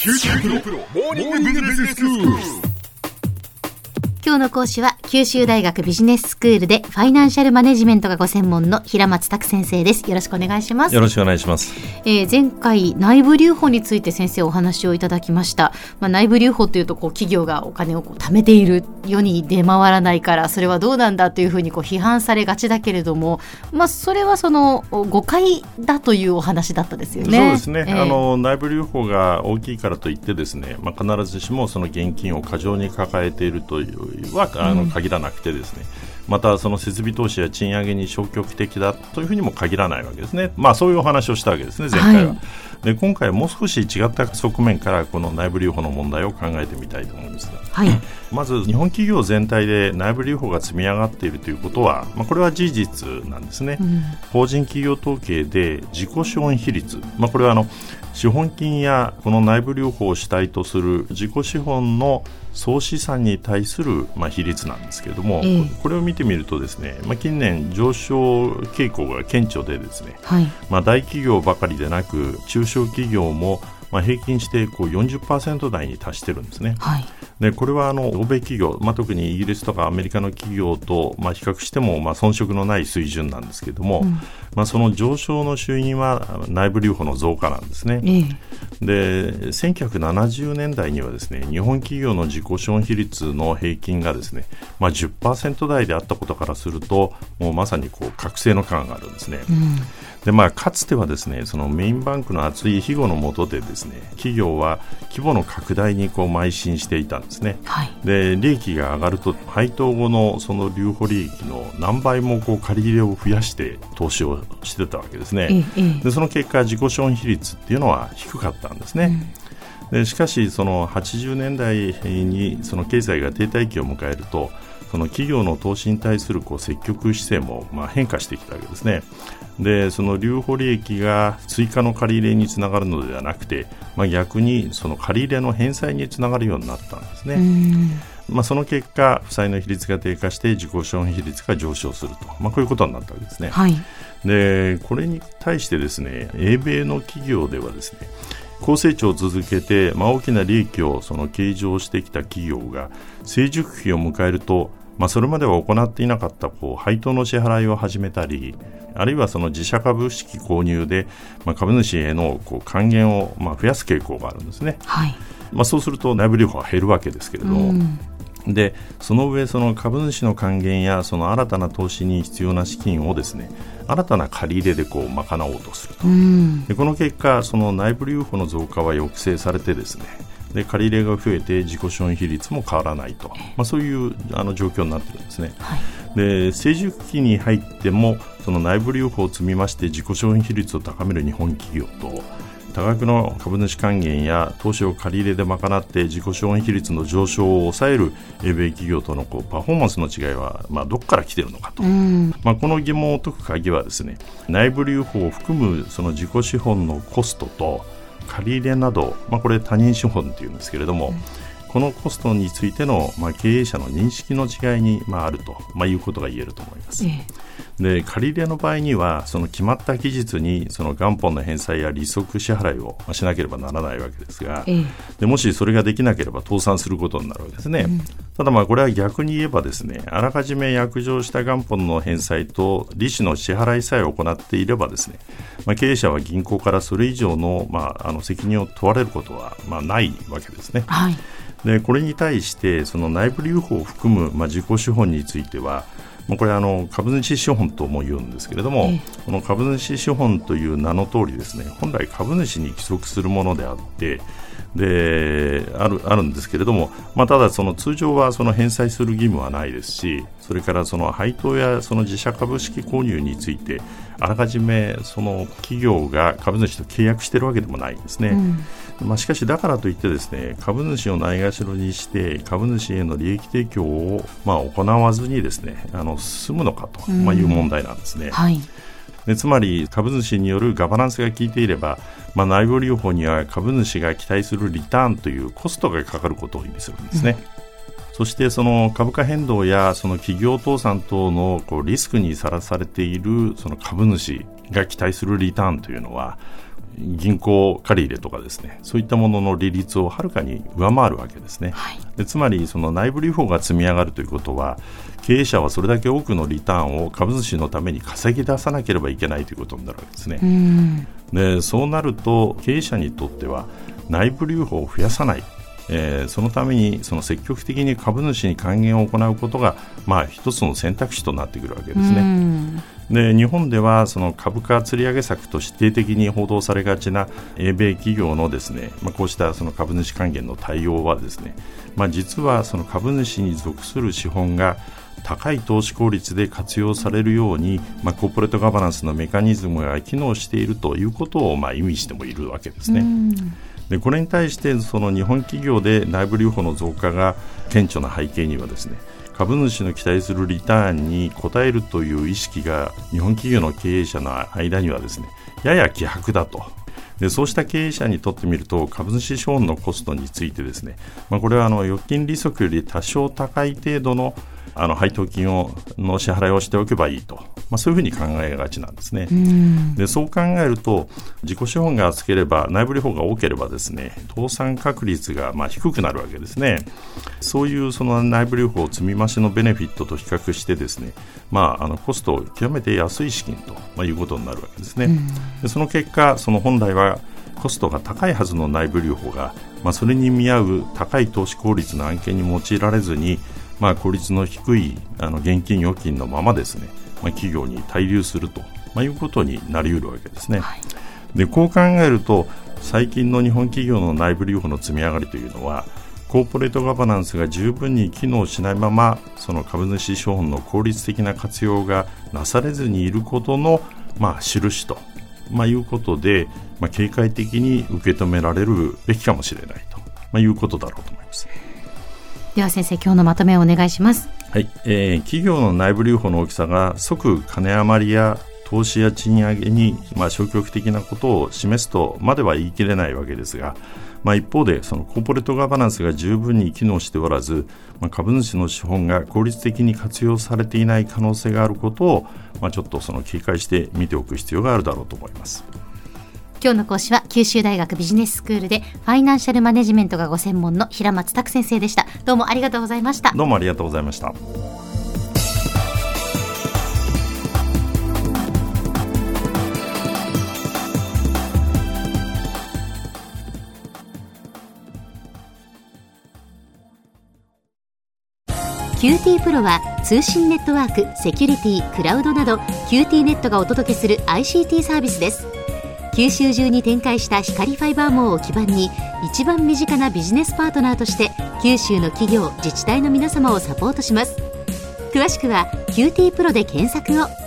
今日の講師は九州大学ビジネススクールでファイナンシャルマネジメントがご専門の平松卓先生です。よろしくお願いします。 よろしくお願いします。 前回内部留保について先生お話をいただきました。内部留保というと企業がお金を貯めている、世に出回らないからそれはどうなんだというふうに批判されがちだけれども、それはその誤解だというお話だったですよね。 そうですね、内部留保が大きいからといってですね、必ずしもその現金を過剰に抱えているというは限らなくてですね、またその設備投資や賃上げに消極的だというふうにも限らないわけですね。そういうお話をしたわけですね、前回は。で今回はもう少し違った側面からこの内部留保の問題を考えてみたいと思うんですが、まず日本企業全体で内部留保が積み上がっているということは、これは事実なんですね。法人企業統計で自己資本比率、これは資本金やこの内部留保を主体とする自己資本の総資産に対する比率なんですけれども、これを見てみるとですね、近年上昇傾向が顕著でですね、大企業ばかりでなく中小企業も平均して40% 台に達してるんですね。でこれは欧米企業、特にイギリスとかアメリカの企業と比較しても遜色のない水準なんですけれども、その上昇の主因は内部留保の増加なんですね。で1970年代にはですね、日本企業の自己資本比率の平均がですね、10% 台であったことからすると、もうまさに覚醒の感があるんですね。でかつてはですね、そのメインバンクの厚い庇護の下でですね、企業は規模の拡大に邁進していたんですね。で利益が上がると配当後のその留保利益の何倍も借り入れを増やして投資をしてたわけですね。でその結果自己資本比率っていうのは低かったんですね。でしかしその80年代にその経済が停滞期を迎えると、その企業の投資に対する積極姿勢も変化してきたわけですね。でその留保利益が追加の借り入れにつながるのではなくて、逆にその借り入れの返済につながるようになったんですね。その結果負債の比率が低下して自己資本比率が上昇すると、こういうことになったわけですね。でこれに対してですね、英米の企業ではですね、高成長を続けて、大きな利益を計上してきた企業が成熟期を迎えると、それまでは行っていなかった配当の支払いを始めたり、あるいはその自社株式購入で、株主への還元を増やす傾向があるんですね。そうすると内部留保は減るわけですけれども、でその上その株主の還元やその新たな投資に必要な資金をですね、新たな借り入れで賄おうとすると。でこの結果その内部留保の増加は抑制されてですね、で借り入れが増えて自己資本比率も変わらないと、そういう状況になっているんですね。で成熟期に入ってもその内部留保を積み増して自己資本比率を高める日本企業と、多額の株主還元や投資を借り入れで賄って自己資本比率の上昇を抑える英米企業とのパフォーマンスの違いはどこから来ているのかと、この疑問を解く鍵はですね、内部留保を含むその自己資本のコストと借り入れなど、これ他人資本というんですけれども、このコストについての、経営者の認識の違いに、あると、いうことが言えると思います。で借り入れの場合にはその決まった期日にその元本の返済や利息支払いをしなければならないわけですが、でもしそれができなければ倒産することになるわけですね。ただこれは逆に言えばですね、あらかじめ約定した元本の返済と利子の支払いさえ行っていればですね、経営者は銀行からそれ以上の、責任を問われることは、ないわけですね。でこれに対してその内部留保を含む、自己資本については、これ株主資本とも言うんですけれども、この株主資本という名の通りですね、本来株主に帰属するものであってあるんですけれども、ただその通常はその返済する義務はないですし、それからその配当やその自社株式購入についてあらかじめその企業が株主と契約しているわけでもないんですね。しかしだからといってですね、株主をないがしろにして株主への利益提供を行わずにですね進むのかという問題なんですね。でつまり株主によるガバナンスが効いていれば、内部留保には株主が期待するリターンというコストがかかることを意味するんですね。そしてその株価変動やその企業倒産等のリスクにさらされているその株主が期待するリターンというのは銀行借り入れとかですね、そういったものの利率をはるかに上回るわけですね。でつまりその内部留保が積み上がるということは、経営者はそれだけ多くのリターンを株主のために稼ぎ出さなければいけないということになるわけですね。でそうなると経営者にとっては内部留保を増やさない、そのためにその積極的に株主に還元を行うことが、一つの選択肢となってくるわけですね。で日本ではその株価釣り上げ策として的に報道されがちな英米企業のですね、こうしたその株主還元の対応はですね、実はその株主に属する資本が高い投資効率で活用されるように、コーポレートガバナンスのメカニズムが機能しているということを意味してもいるわけですね。でこれに対してその日本企業で内部留保の増加が顕著な背景にはですね、株主の期待するリターンに応えるという意識が日本企業の経営者の間にはですね、やや希薄だと。でそうした経営者にとってみると、株主資本のコストについてですね、これは預金利息より多少高い程度の配当金の支払いをしておけばいいと、そういうふうに考えがちなんですね。でそう考えると、自己資本が厚ければ内部留保が多ければですね、倒産確率が低くなるわけですね。そういうその内部留保を積み増しのベネフィットと比較してですね、コストを極めて安い資金ということになるわけですね。でその結果、その本来はコストが高いはずの内部留保が、それに見合う高い投資効率の案件に用いられずに、効率の低い現金預金のままですね、企業に滞留すると、いうことになり得るわけですね。でこう考えると、最近の日本企業の内部留保の積み上がりというのは、コーポレートガバナンスが十分に機能しないまま、その株主資本の効率的な活用がなされずにいることの、印と、いうことで、警戒的に受け止められるべきかもしれないと、いうことだろうと思います。 では先生、今日のまとめをお願いします。 はい、企業の内部留保の大きさが即金余りや投資や賃上げに、消極的なことを示すとまでは言い切れないわけですが、一方でそのコーポレートガバナンスが十分に機能しておらず、株主の資本が効率的に活用されていない可能性があることを、ちょっとその警戒して見ておく必要があるだろうと思います。 今日の講師は九州大学ビジネススクールでファイナンシャルマネジメントがご専門の平松卓先生でした。どうもありがとうございました。 どうもありがとうございました。 QT プロは通信ネットワーク、セキュリティ、クラウドなど QT ネットがお届けする ICT サービスです。九州中に展開した光ファイバー網を基盤に、一番身近なビジネスパートナーとして九州の企業、自治体の皆様をサポートします。詳しくは QT プロで検索を。